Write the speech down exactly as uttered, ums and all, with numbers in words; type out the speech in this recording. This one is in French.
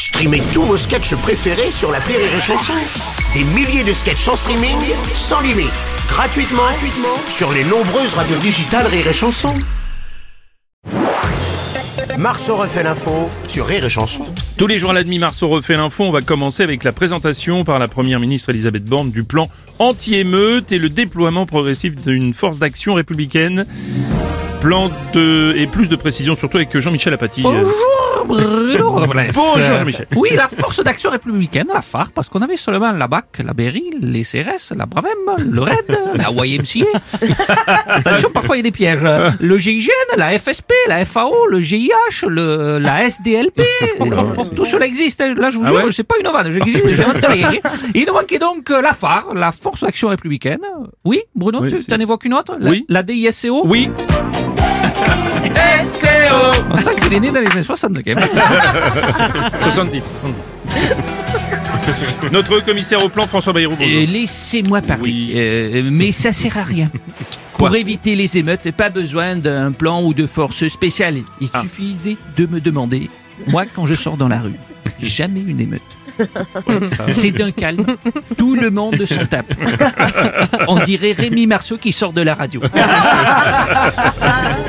Streamez tous vos sketchs préférés sur l'appli Rire et Chanson. Des milliers de sketchs en streaming, sans limite, gratuitement, gratuitement sur les nombreuses radios digitales Rire et Chanson. Marceau refait l'info sur Rire et Chanson. Tous les jours à la demi, Marceau refait l'info. On va commencer avec la présentation par la première ministre Elisabeth Borne du plan anti-émeute et le déploiement progressif d'une force d'action républicaine. Plan de... et plus de précision surtout avec Jean-Michel Apathy. Bonjour Bruno Robles. Bonjour Jean-Michel. Oui, la force d'action républicaine, la F A R, parce qu'on avait seulement la B A C, la B R I, les C R S, la Bravem, le R E D, la Y M C A. Attention, parfois il y a des pièges. Le G I G N, la F S P, la F A O, le G I H, le, la S D L P. Tout cela existe. Là, je vous Ah jure, ouais c'est pas une vanne. Je n'invente rien. Il nous manquait donc la F A R, la force d'action républicaine. Oui, Bruno, Oui, tu c'est... t'en évoques une autre? La, Oui. La D I S C O? Oui. S C O. On sent qu'il est né dans les années soixante, quand même. soixante-dix, soixante-dix. Notre commissaire au plan, François Bayrou. bonjour. Euh, laissez-moi parler. Oui. Euh, mais ça sert à rien. Quoi? Pour éviter les émeutes, pas besoin d'un plan ou de force spéciale. Il Ah. suffisait de me demander, moi, quand je sors dans la rue, jamais une émeute. C'est d'un calme, tout le monde s'en tape. On dirait Rémi Marceau qui sort de la radio.